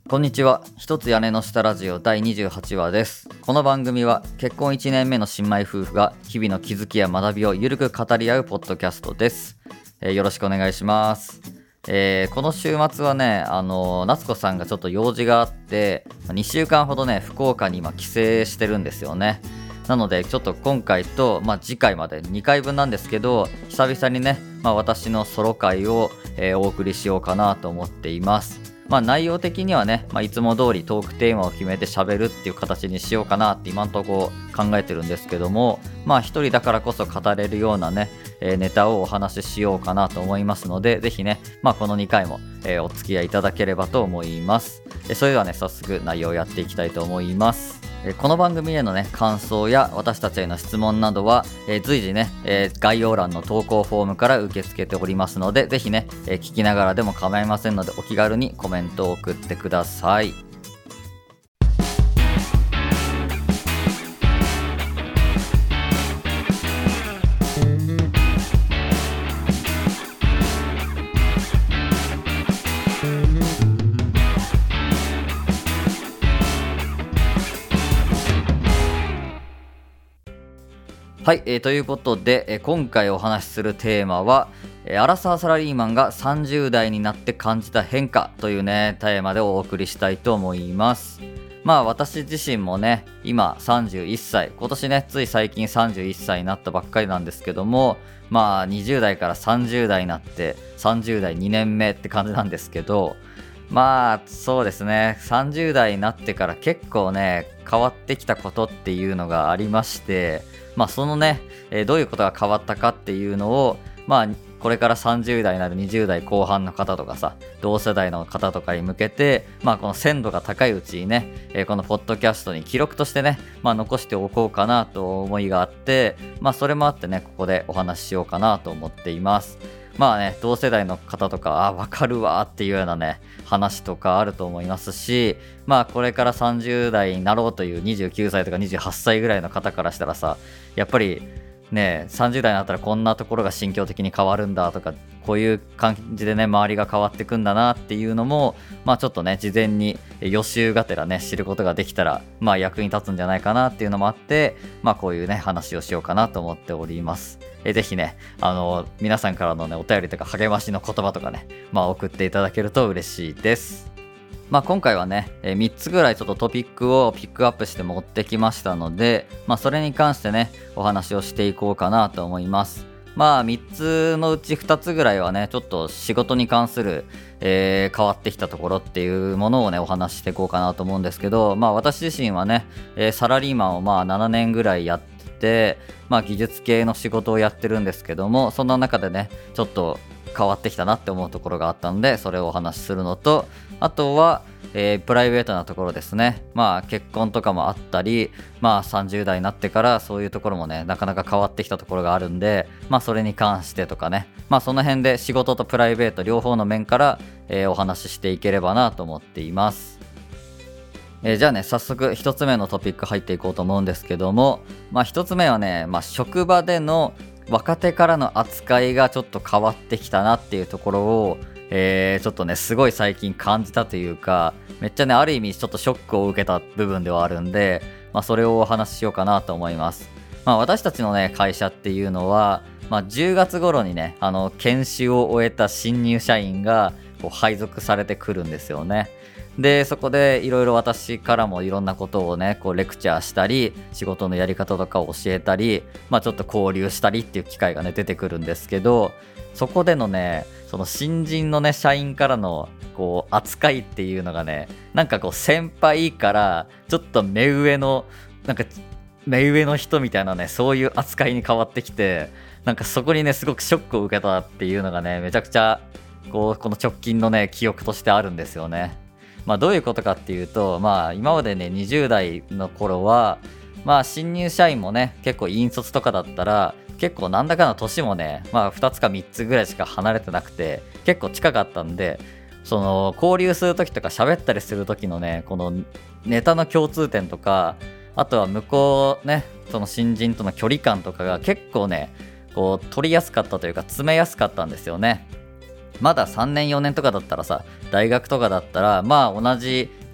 こんにちは。一つ屋根の下ラジオ第28話です。この番組は結婚1年目の新米夫婦が日々の気づきや学びをゆるく語り合うポッドキャストです。よろしくお願いします。この週末はね、夏子さんがちょっと用事があって2週間ほどね福岡に今帰省してるんですよね。なのでちょっと今回と、次回まで2回分なんですけど、久々にね、私のソロ回を、お送りしようかなと思っています。内容的にはね、いつも通りトークテーマを決めて喋るっていう形にしようかなって今のところ考えてるんですけども、一人だからこそ語れるようなね、ネタをお話ししようかなと思いますので、ぜひね、この2回も、お付き合いいただければと思います。それではね、早速内容をやっていきたいと思います。この番組へのね感想や私たちへの質問などは、随時ね、概要欄の投稿フォームから受け付けておりますので、ぜひね、聞きながらでも構いませんのでお気軽にコメントを送ってください。はい、ということで、今回お話しするテーマは、アラサーサラリーマンが30代になって感じた変化というねテーマでお送りしたいと思います。私自身もね今31歳、今年ねつい最近31歳になったばっかりなんですけども、20代から30代になって30代2年目って感じなんですけど、そうですね、30代になってから結構ね変わってきたことっていうのがありまして、そのね、どういうことが変わったかっていうのをこれから30代になる20代後半の方とかさ、同世代の方とかに向けて、この鮮度が高いうちにね、このポッドキャストに記録としてね、残しておこうかなと思いがあって、それもあってねここでお話ししようかなと思っています。同世代の方とかわかるわっていうようなね話とかあると思いますし、これから30代になろうという29歳とか28歳ぐらいの方からしたらさ、やっぱりね30代になったらこんなところが心境的に変わるんだとか、こういう感じでね周りが変わってくんだなっていうのもちょっとね事前に予習がてらね知ることができたら役に立つんじゃないかなっていうのもあって、こういうね話をしようかなと思っております。ぜひね皆さんからのねお便りとか励ましの言葉とかね送っていただけると嬉しいです。今回はね3つぐらいちょっとトピックをピックアップして持ってきましたので、それに関してねお話をしていこうかなと思います。3つのうち2つぐらいはねちょっと仕事に関する、変わってきたところっていうものをねお話ししていこうかなと思うんですけど、私自身はね、サラリーマンを7年ぐらいやって技術系の仕事をやってるんですけども、そんな中でねちょっと変わってきたなって思うところがあったので、それをお話しするのと、あとは、プライベートなところですね。結婚とかもあったり、30代になってからそういうところもねなかなか変わってきたところがあるんで、それに関してとかね、その辺で仕事とプライベート両方の面から、お話ししていければなと思っています。じゃあね早速一つ目のトピック入っていこうと思うんですけども、一つ目はね、職場での若手からの扱いがちょっと変わってきたなっていうところを、ちょっとねすごい最近感じたというか、めっちゃねある意味ちょっとショックを受けた部分ではあるんで、それをお話ししようかなと思います。私たちのね会社っていうのは、10月頃にね研修を終えた新入社員がこう配属されてくるんですよね。でそこでいろいろ私からもいろんなことをねこうレクチャーしたり、仕事のやり方とかを教えたり、ちょっと交流したりっていう機会がね出てくるんですけど、そこでのねその新人のね社員からのこう扱いっていうのがね、なんかこう先輩からちょっと目上の人みたいなね、そういう扱いに変わってきて、なんかそこにねすごくショックを受けたっていうのがねめちゃくちゃこの直近のね記憶としてあるんですよね。どういうことかっていうと、今までね20代の頃は新入社員もね結構引率とかだったら結構なんだかの年もね2つか3つぐらいしか離れてなくて結構近かったんで、その交流する時とか喋ったりする時のねこのネタの共通点とか、あとは向こうねその新人との距離感とかが結構ねこう取りやすかったというか詰めやすかったんですよね。まだ3年4年とかだったらさ、大学とかだったら同じ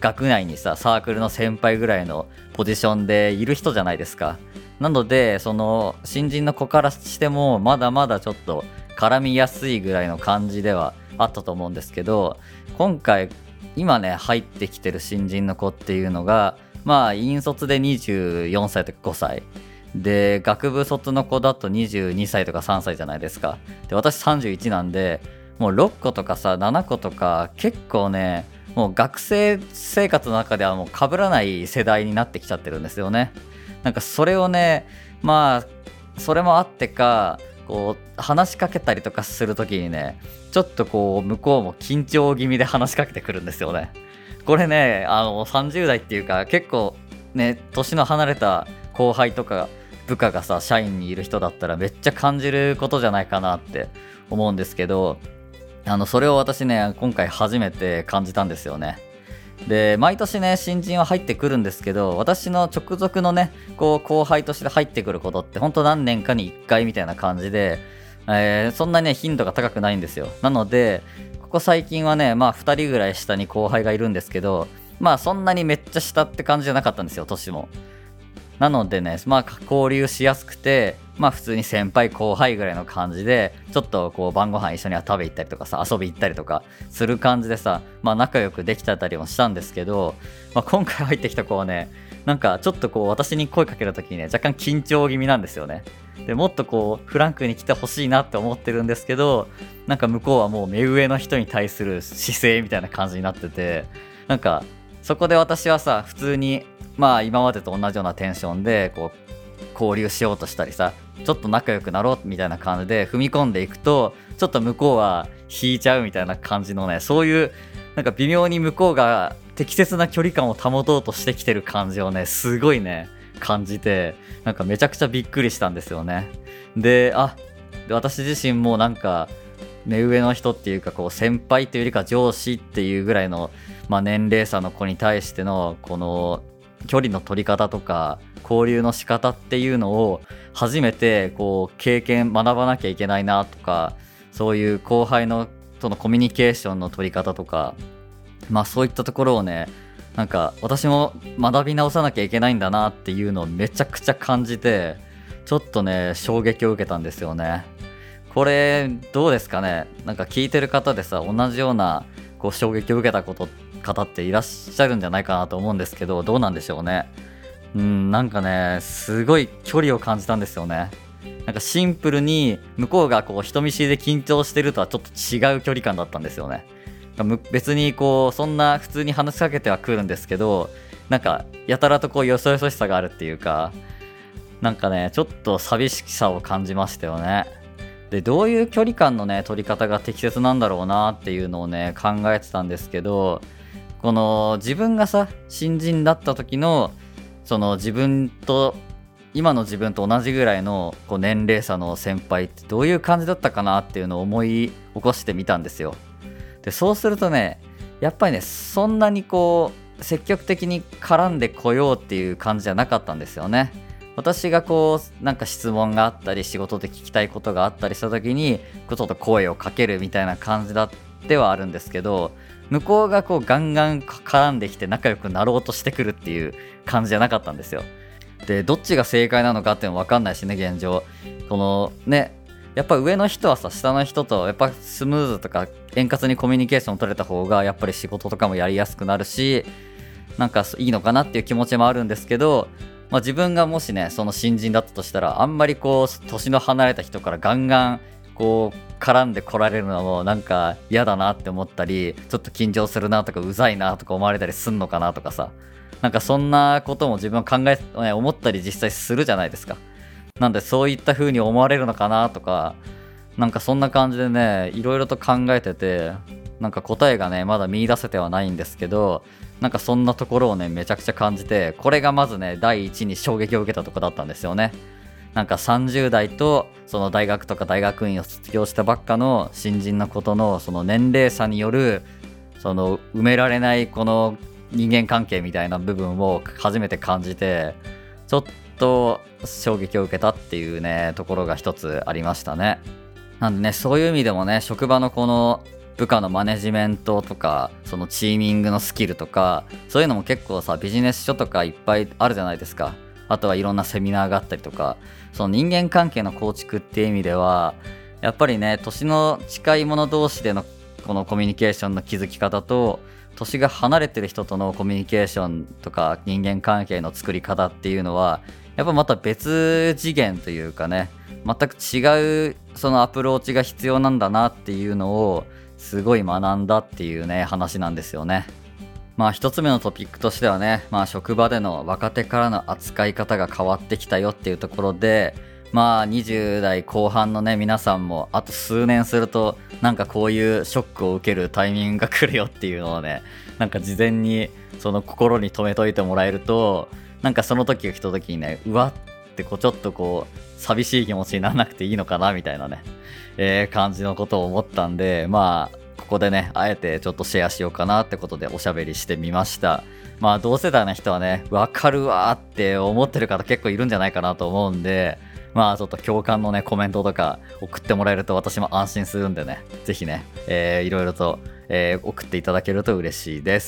学内にさサークルの先輩ぐらいのポジションでいる人じゃないですか。なのでその新人の子からしてもまだまだちょっと絡みやすいぐらいの感じではあったと思うんですけど、今回今ね入ってきてる新人の子っていうのが引率で24歳とか5歳で、学部卒の子だと22歳とか3歳じゃないですか。で私31なんで、もう6個とかさ7個とか結構ね、もう学生生活の中ではもう被らない世代になってきちゃってるんですよね。なんかそれをね、それもあってかこう話しかけたりとかするときにね、ちょっとこう向こうも緊張気味で話しかけてくるんですよね。これね、30代っていうか結構ね年の離れた後輩とか部下がさ社員にいる人だったらめっちゃ感じることじゃないかなって思うんですけど、それを私ね今回初めて感じたんですよね。で毎年ね新人は入ってくるんですけど、私の直属のねこう後輩として入ってくることってほんと何年かに1回みたいな感じで、そんなね頻度が高くないんですよ。なのでここ最近はね2人ぐらい下に後輩がいるんですけど、そんなにめっちゃ下って感じじゃなかったんですよ、年も。なのでね交流しやすくて、普通に先輩後輩ぐらいの感じでちょっとこう晩ご飯一緒に食べ行ったりとかさ遊び行ったりとかする感じでさ、仲良くできたりもしたんですけど、今回入ってきた子はねなんかちょっとこう私に声かけるときにね若干緊張気味なんですよね。でもっとこうフランクに来てほしいなって思ってるんですけど、なんか向こうはもう目上の人に対する姿勢みたいな感じになってて、なんかそこで私はさ普通に今までと同じようなテンションでこう交流しようとしたりさ、ちょっと仲良くなろうみたいな感じで踏み込んでいくと、ちょっと向こうは引いちゃうみたいな感じのね、そういうなんか微妙に向こうが適切な距離感を保とうとしてきてる感じをねすごいね感じて、なんかめちゃくちゃびっくりしたんですよね。で私自身もなんか目上の人っていうかこう先輩というよりか上司っていうぐらいの、年齢差の子に対してのこの距離の取り方とか交流の仕方っていうのを初めてこう学ばなきゃいけないなとか、そういう後輩のとのコミュニケーションの取り方とか、そういったところをねなんか私も学び直さなきゃいけないんだなっていうのをめちゃくちゃ感じて、ちょっとね衝撃を受けたんですよね。これどうですかね。なんか聞いてる方でさ同じようなこう衝撃を受けた方っていらっしゃるんじゃないかなと思うんですけど、どうなんでしょうね。なんかねすごい距離を感じたんですよね。なんかシンプルに向こうがこう人見知りで緊張してるとはちょっと違う距離感だったんですよね。別にこうそんな普通に話しかけてはくるんですけど、なんかやたらとこうよそよそしさがあるっていうか、なんかねちょっと寂しさを感じましたよね。でどういう距離感のね取り方が適切なんだろうなっていうのをね考えてたんですけど、この自分がさ新人だった時のその今の自分と同じぐらいのこう年齢差の先輩ってどういう感じだったかなっていうのを思い起こしてみたんですよ。でそうするとねやっぱりねそんなにこう積極的に絡んでこようっていう感じじゃなかったんですよね。私がこうなんか質問があったり仕事で聞きたいことがあったりした時にちょっと声をかけるみたいな感じではあるんですけど、向こうがこうガンガン絡んできて仲良くなろうとしてくるっていう感じじゃなかったんですよ。でどっちが正解なのかっていうの分かんないしね現状。このねやっぱ上の人はさ下の人とやっぱスムーズとか円滑にコミュニケーション取れた方がやっぱり仕事とかもやりやすくなるし、なんかいいのかなっていう気持ちもあるんですけど、自分がもしねその新人だったとしたらあんまりこう年の離れた人からガンガンこう絡んで来られるのもなんか嫌だなって思ったり、ちょっと緊張するなとかうざいなとか思われたりすんのかなとかさ、なんかそんなことも自分は思ったり実際するじゃないですか。なんでそういった風に思われるのかなとか、なんかそんな感じでねいろいろと考えてて、なんか答えがねまだ見出せてはないんですけど、なんかそんなところをねめちゃくちゃ感じて、これがまずね第一に衝撃を受けたところだったんですよね。なんか30代とその大学とか大学院を卒業したばっかの新人のことのその年齢差によるその埋められないこの人間関係みたいな部分を初めて感じて、ちょっと衝撃を受けたっていうねところが一つありましたね。なんでねそういう意味でもね職場のこの部下のマネジメントとかそのチーミングのスキルとかそういうのも結構さビジネス書とかいっぱいあるじゃないですか。あとはいろんなセミナーがあったりとか、その人間関係の構築っていう意味ではやっぱりね、年の近い者同士でのこのコミュニケーションの築き方と年が離れてる人とのコミュニケーションとか人間関係の作り方っていうのはやっぱまた別次元というかね、全く違うそのアプローチが必要なんだなっていうのをすごい学んだっていうね話なんですよね。まあ一つ目のトピックとしてはね、まあ職場での若手からの扱い方が変わってきたよっていうところで、まあ20代後半のね皆さんもあと数年するとなんかこういうショックを受けるタイミングが来るよっていうのをね、なんか事前にその心に留めといてもらえると、なんかその時が来た時にね、うわってこうちょっとこう寂しい気持ちにならなくていいのかなみたいなね、感じのことを思ったんで、まあここでねあえてちょっとシェアしようかなってことでおしゃべりしてみました。まあ同世代の人はねわかるわーって思ってる方結構いるんじゃないかなと思うんで、まあちょっと共感のねコメントとか送ってもらえると私も安心するんでね、ぜひね、いろいろと、送っていただけると嬉しいです。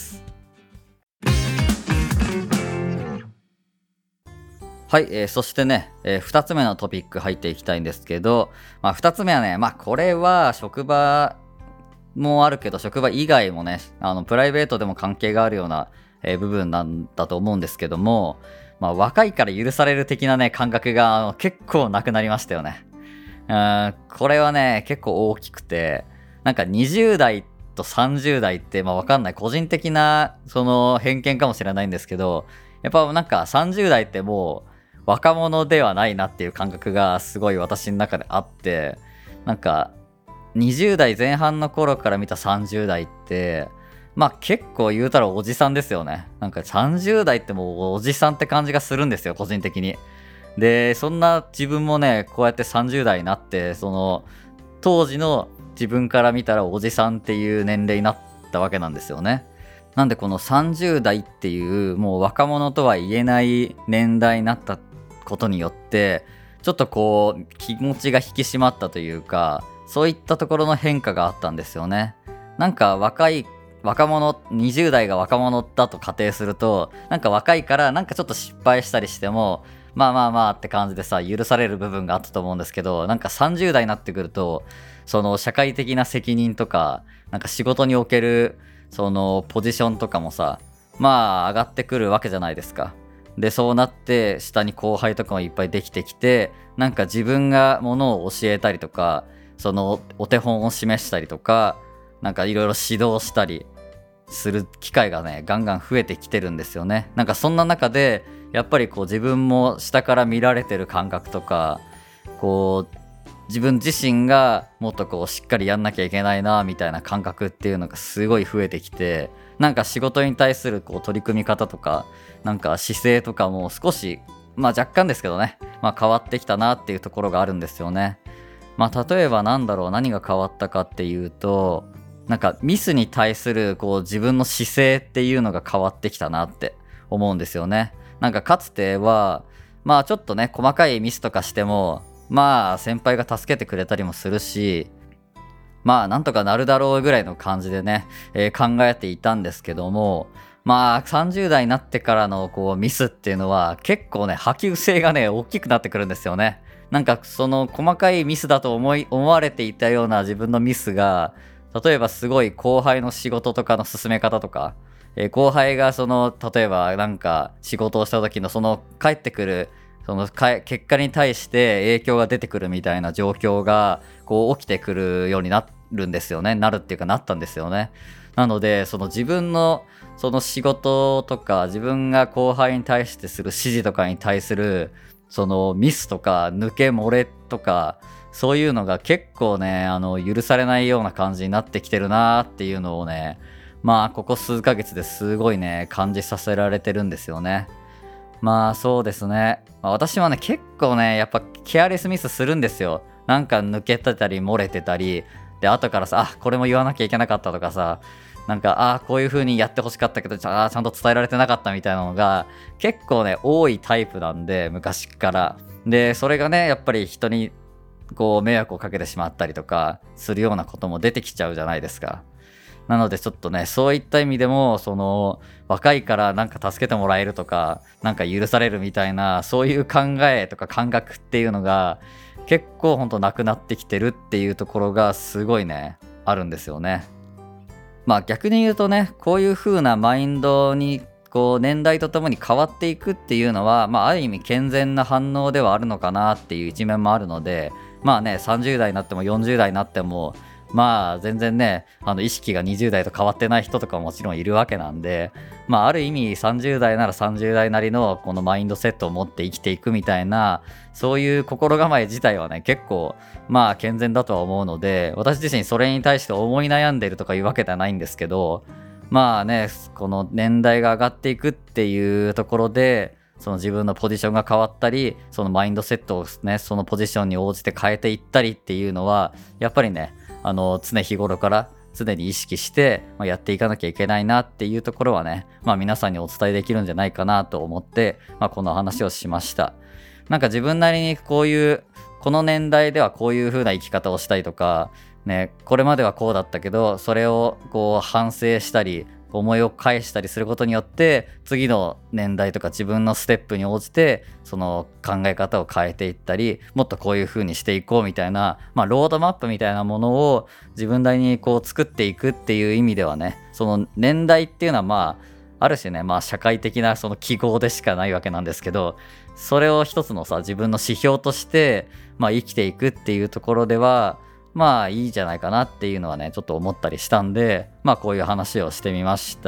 はい、そしてね、2つ目のトピック入っていきたいんですけど、まあ、2つ目はね、まあこれは職場もあるけど職場以外もね、プライベートでも関係があるような、部分なんだと思うんですけども、まあ若いから許される的なね感覚が結構なくなりましたよね。これはね結構大きくて、なんか20代と30代ってまあわかんない、個人的なその偏見かもしれないんですけど、やっぱなんか30代ってもう若者ではないなっていう感覚がすごい私の中であって、なんか20代前半の頃から見た30代ってまあ結構言うたらおじさんですよね。なんか30代ってもうおじさんって感じがするんですよ個人的に。でそんな自分もねこうやって30代になって、その当時の自分から見たらおじさんっていう年齢になったわけなんですよね。なんでこの30代っていうもう若者とは言えない年代になったことによってちょっとこう気持ちが引き締まったというか、そういったところの変化があったんですよね。なんか若者20代が若者だと仮定すると、なんか若いからなんかちょっと失敗したりしてもまあまあまあって感じでさ許される部分があったと思うんですけど、なんか30代になってくるとその社会的な責任とかなんか仕事におけるそのポジションとかもさ、まあ上がってくるわけじゃないですか。でそうなって下に後輩とかもいっぱいできてきて、なんか自分がものを教えたりとかそのお手本を示したりとか、なんかいろいろ指導したりする機会がねガンガン増えてきてるんですよね。なんかそんな中でやっぱりこう自分も下から見られてる感覚とか、こう自分自身がもっとこうしっかりやんなきゃいけないなみたいな感覚っていうのがすごい増えてきて、なんか仕事に対するこう取り組み方とかなんか姿勢とかも少しまあ若干ですけどね、まあ変わってきたなっていうところがあるんですよね。まあ例えば何が変わったかっていうと、なんかミスに対するこう自分の姿勢っていうのが変わってきたなって思うんですよね。なんかかつてはまあちょっとね細かいミスとかしてもまあ先輩が助けてくれたりもするし、まあなんとかなるだろうぐらいの感じでね、考えていたんですけども、まあ30代になってからのこうミスっていうのは結構ね波及性がね大きくなってくるんですよね。なんかその細かいミスだと思われていたような自分のミスが、例えばすごい後輩の仕事とかの進め方とか、後輩がその例えばなんか仕事をした時のその返ってくるその結果に対して影響が出てくるみたいな状況がこう起きてくるようになるんですよね。なるっていうかなったんですよね。なのでその自分のその仕事とか自分が後輩に対してする指示とかに対するそのミスとか抜け漏れとか、そういうのが結構ね許されないような感じになってきてるなーっていうのをね、まあここ数ヶ月ですごいね感じさせられてるんですよね。まあそうですね、私はね結構ねやっぱケアレスミスするんですよ。なんか抜けてたり漏れてたりで、後からさこれも言わなきゃいけなかったとかさ、なんかこういう風にやってほしかったけどちゃんと伝えられてなかったみたいなのが結構ね多いタイプなんで昔から。でそれがねやっぱり人にこう迷惑をかけてしまったりとかするようなことも出てきちゃうじゃないですか。なのでちょっとね、そういった意味でも、若いからなんか助けてもらえるとか、なんか許されるみたいな、そういう考えとか感覚っていうのが、結構ほんとなくなってきてるっていうところがすごいね、あるんですよね。まあ逆に言うとね、こういう風なマインドに、こう年代とともに変わっていくっていうのは、まあある意味健全な反応ではあるのかなっていう一面もあるので、まあね、30代になっても40代になっても、まあ全然ね、意識が20代と変わってない人とかももちろんいるわけなんで、まあある意味30代なら30代なりのこのマインドセットを持って生きていくみたいな、そういう心構え自体はね、結構まあ健全だとは思うので、私自身それに対して思い悩んでるとかいうわけではないんですけど、まあね、この年代が上がっていくっていうところで、その自分のポジションが変わったり、そのマインドセットをね、そのポジションに応じて変えていったりっていうのは、やっぱりね、常日頃から常に意識して、やっていかなきゃいけないなっていうところはね、皆さんにお伝えできるんじゃないかなと思って、この話をしました。なんか自分なりにこの年代ではこういう風な生き方をしたいとか、ね、これまではこうだったけど、それをこう反省したり、思いを返したりすることによって、次の年代とか自分のステップに応じて、その考え方を変えていったり、もっとこういう風にしていこうみたいな、ロードマップみたいなものを自分なりにこう作っていくっていう意味ではね、その年代っていうのはある種ね、社会的なその記号でしかないわけなんですけど、それを一つの自分の指標として、生きていくっていうところでは、いいじゃないかなっていうのはね、ちょっと思ったりしたんで、こういう話をしてみました。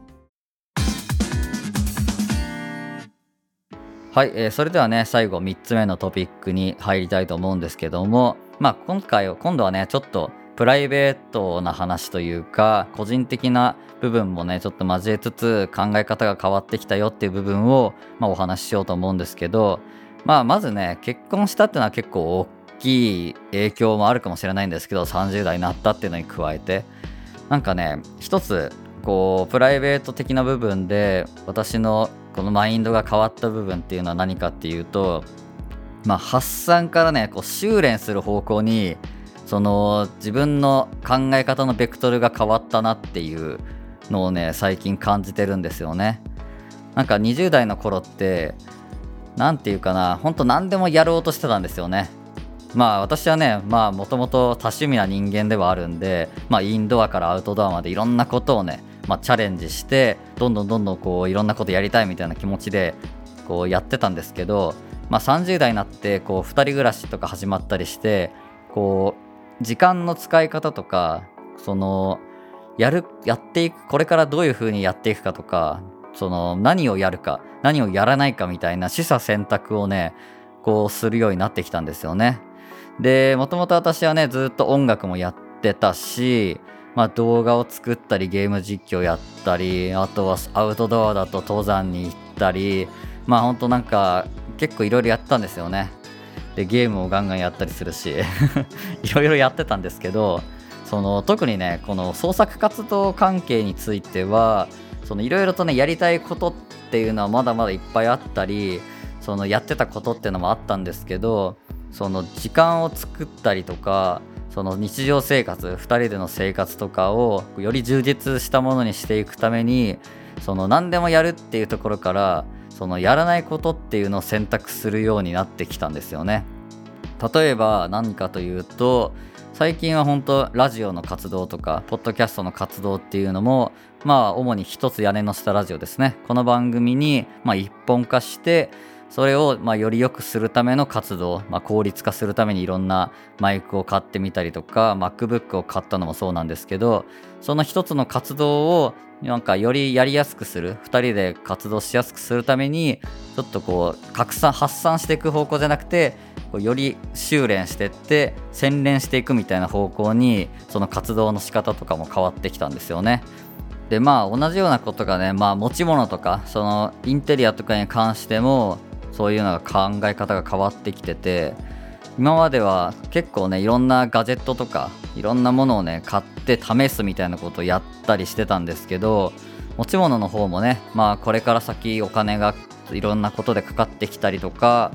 はい、それではね、最後3つ目のトピックに入りたいと思うんですけども、今度はね、ちょっとプライベートな話というか、個人的な部分もね、ちょっと交えつつ考え方が変わってきたよっていう部分を、お話ししようと思うんですけど、まずね、結婚したっていうのは結構大きい影響もあるかもしれないんですけど、30代になったっていうのに加えて、なんかね、一つこうプライベート的な部分で私のこのマインドが変わった部分っていうのは何かっていうと、発散からね、こう修練する方向にその自分の考え方のベクトルが変わったなっていうのをね、最近感じてるんですよね。なんか20代の頃ってなんていうかな、ほんと何でもやろうとしてたんですよね。私はね、もともと多趣味な人間ではあるんで、インドアからアウトドアまでいろんなことをね、チャレンジして、どんどんこういろんなことやりたいみたいな気持ちでこうやってたんですけど、30代になってこう2人暮らしとか始まったりして、こう時間の使い方とか、そのやっていく、これからどういう風にやっていくかとか、その何をやるか何をやらないかみたいな取捨選択をね、こうするようになってきたんですよね。で、もともと私はね、ずっと音楽もやってたし、動画を作ったりゲーム実況やったり、あとはアウトドアだと登山に行ったり、ほんとなんか結構いろいろやったんですよね。で、ゲームをガンガンやったりするしいろいろやってたんですけど、特にね、この創作活動関係についてはいろいろとね、やりたいことっていうのはまだまだいっぱいあったり、やってたことっていうのもあったんですけど、その時間を作ったりとか、その日常生活、2人での生活とかをより充実したものにしていくために、何でもやるっていうところから、やらないことっていうのを選択するようになってきたんですよね。例えば何かというと、最近は本当ラジオの活動とかポッドキャストの活動っていうのも、主に一つ屋根の下ラジオですね、この番組に一本化して、それをより良くするための活動、効率化するためにいろんなマイクを買ってみたりとか MacBook を買ったのもそうなんですけど、その一つの活動をなんかよりやりやすくする、2人で活動しやすくするために、ちょっとこう発散していく方向じゃなくて、より修練していって洗練していくみたいな方向に、その活動の仕方とかも変わってきたんですよね。で、同じようなことがね、持ち物とかそのインテリアとかに関しても、そういうのが考え方が変わってきてて、今までは結構ね、いろんなガジェットとかいろんなものをね買って試すみたいなことをやったりしてたんですけど、持ち物の方もね、これから先お金がいろんなことでかかってきたりとか、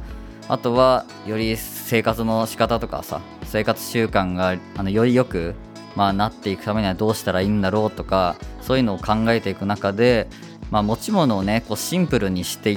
あとはより生活の仕方とかさ、生活習慣がよりよく、なっていくためにはどうしたらいいんだろうとか、そういうのを考えていく中で、持ち物をねこうシンプルにしていって、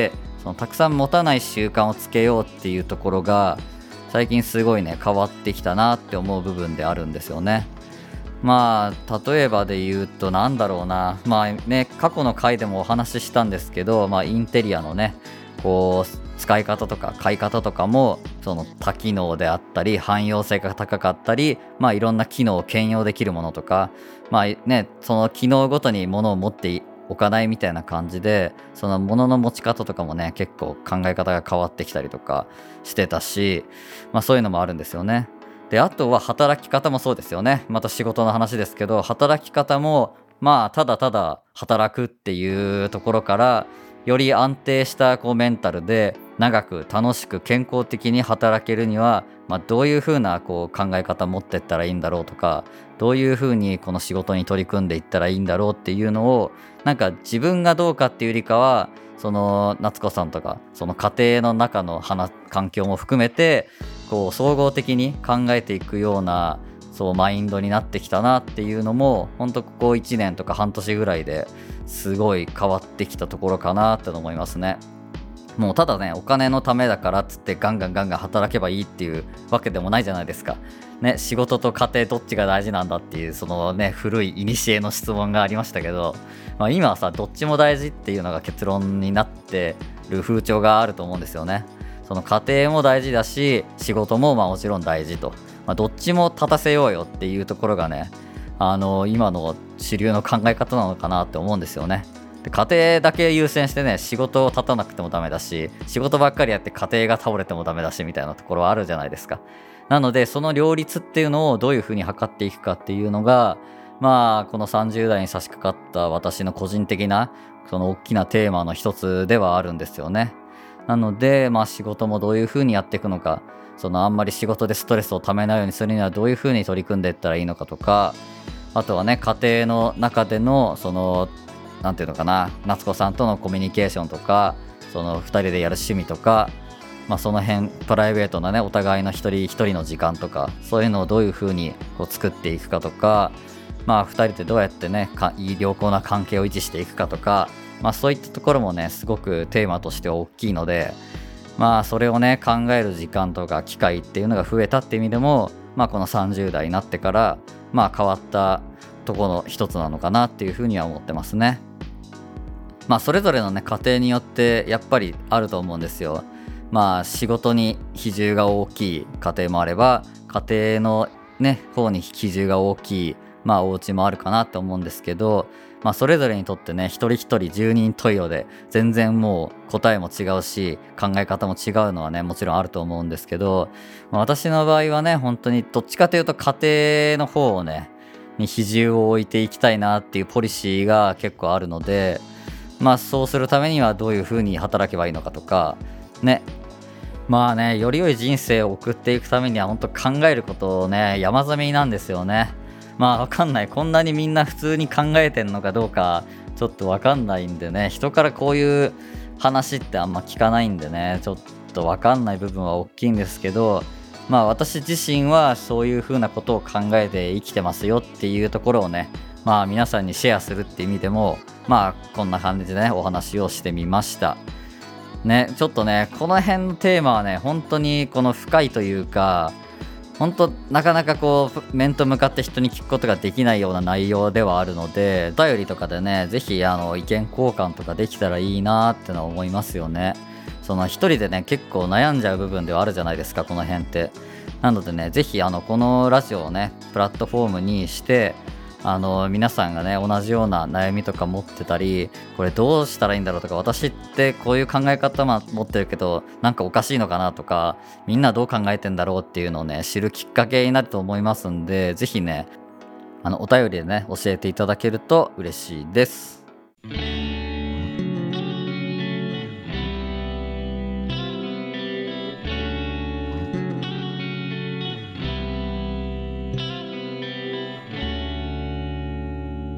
そのたくさん持たない習慣をつけようっていうところが最近すごいね変わってきたなって思う部分であるんですよね。例えばで言うとなんだろうな、過去の回でもお話ししたんですけど、インテリアのねこう使い方とか買い方とかも、その多機能であったり汎用性が高かったり、いろんな機能を兼用できるものとか、その機能ごとに物を持っておかないみたいな感じで、その物の持ち方とかもね結構考え方が変わってきたりとかしてたし、そういうのもあるんですよね。で、あとは働き方もそうですよね。また仕事の話ですけど、働き方もただただ働くっていうところから、より安定したこうメンタルで長く楽しく健康的に働けるには、どういう風なこう考え方持ってったらいいんだろうとか、どういう風にこの仕事に取り組んでいったらいいんだろうっていうのを、なんか自分がどうかっていうよりかは、その夏子さんとかその家庭の中の環境も含めてこう総合的に考えていくような、そうマインドになってきたなっていうのも、ほんとここ1年とか半年ぐらいですごい変わってきたところかなって思いますね。もうただねお金のためだからっつってガンガン働けばいいっていうわけでもないじゃないですかね。仕事と家庭どっちが大事なんだっていう、そのね古い古の質問がありましたけど、今はさどっちも大事っていうのが結論になってる風潮があると思うんですよね。その家庭も大事だし仕事ももちろん大事と、どっちも立たせようよっていうところがね、今の主流の考え方なのかなって思うんですよね。で、家庭だけ優先してね仕事を立たなくてもダメだし、仕事ばっかりやって家庭が倒れてもダメだしみたいなところはあるじゃないですか。なのでその両立っていうのをどういうふうに測っていくかっていうのが、この30代に差し掛かった私の個人的なその大きなテーマの一つではあるんですよね。なので仕事もどういうふうにやっていくのか、そのあんまり仕事でストレスをためないようにするにはどういうふうに取り組んでいったらいいのかとか、あとはね家庭の中でのそのなんていうのかな、夏子さんとのコミュニケーションとか、その2人でやる趣味とか、その辺プライベートなねお互いの一人一人の時間とか、そういうのをどういうふうにこう作っていくかとか、2人でどうやってねいい良好な関係を維持していくかとか、そういったところもねすごくテーマとしては大きいので、それをね考える時間とか機会っていうのが増えたっていう意味でも、この30代になってから変わったところの一つなのかなっていうふうには思ってますね。それぞれのね家庭によってやっぱりあると思うんですよ。仕事に比重が大きい家庭もあれば、家庭のね方に比重が大きいお家もあるかなって思うんですけど、それぞれにとってね一人一人十人十色で全然もう答えも違うし考え方も違うのはねもちろんあると思うんですけど、私の場合はね本当にどっちかというと家庭の方をねに比重を置いていきたいなっていうポリシーが結構あるので、そうするためにはどういう風に働けばいいのかとかね、より良い人生を送っていくためには本当考えることをね山積みなんですよね。わかんない、こんなにみんな普通に考えてんのかどうかちょっとわかんないんでね、人からこういう話ってあんま聞かないんでね、ちょっとわかんない部分は大きいんですけど、私自身はそういう風なことを考えて生きてますよっていうところをね、皆さんにシェアするっていう意味でもこんな感じでねお話をしてみましたね。ちょっとねこの辺のテーマはね本当にこの深いというか、本当なかなかこう面と向かって人に聞くことができないような内容ではあるので、お便りとかでねぜひ意見交換とかできたらいいなってのは思いますよね。その一人でね結構悩んじゃう部分ではあるじゃないですかこの辺って。なのでねぜひこのラジオをねプラットフォームにして皆さんがね同じような悩みとか持ってたり、これどうしたらいいんだろうとか、私ってこういう考え方持ってるけどなんかおかしいのかなとか、みんなどう考えてんだろうっていうのをね知るきっかけになると思いますんで、ぜひねお便りでね教えていただけると嬉しいです。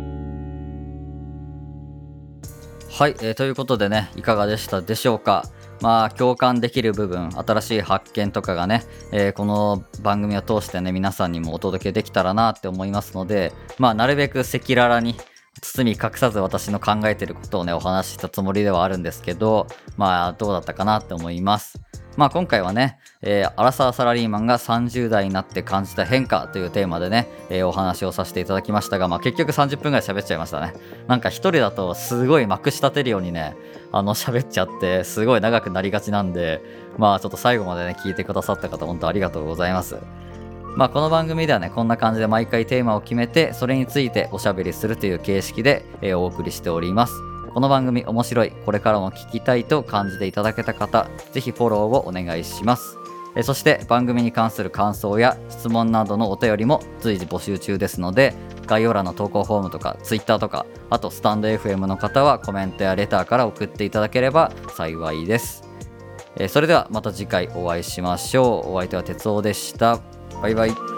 はい、ということでねいかがでしたでしょうか。 共感できる部分、新しい発見とかがね、この番組を通してね皆さんにもお届けできたらなって思いますので、なるべく赤裸々に包み隠さず私の考えてることをねお話ししたつもりではあるんですけど、どうだったかなって思います。今回はね、アラサーサラリーマンが30代になって感じた変化というテーマでね、お話をさせていただきましたが、結局30分ぐらい喋っちゃいましたね。なんか一人だとすごいまくし立てるようにね喋っちゃってすごい長くなりがちなんで、ちょっと最後までね聞いてくださった方本当ありがとうございます。この番組ではねこんな感じで毎回テーマを決めてそれについておしゃべりするという形式で、お送りしております。この番組面白い、これからも聞きたいと感じていただけた方、ぜひフォローをお願いします。そして番組に関する感想や質問などのお便りも随時募集中ですので、概要欄の投稿フォームとか Twitter とか、あとスタンド FM の方はコメントやレターから送っていただければ幸いです。それではまた次回お会いしましょう。お相手は哲夫でした。バイバイ。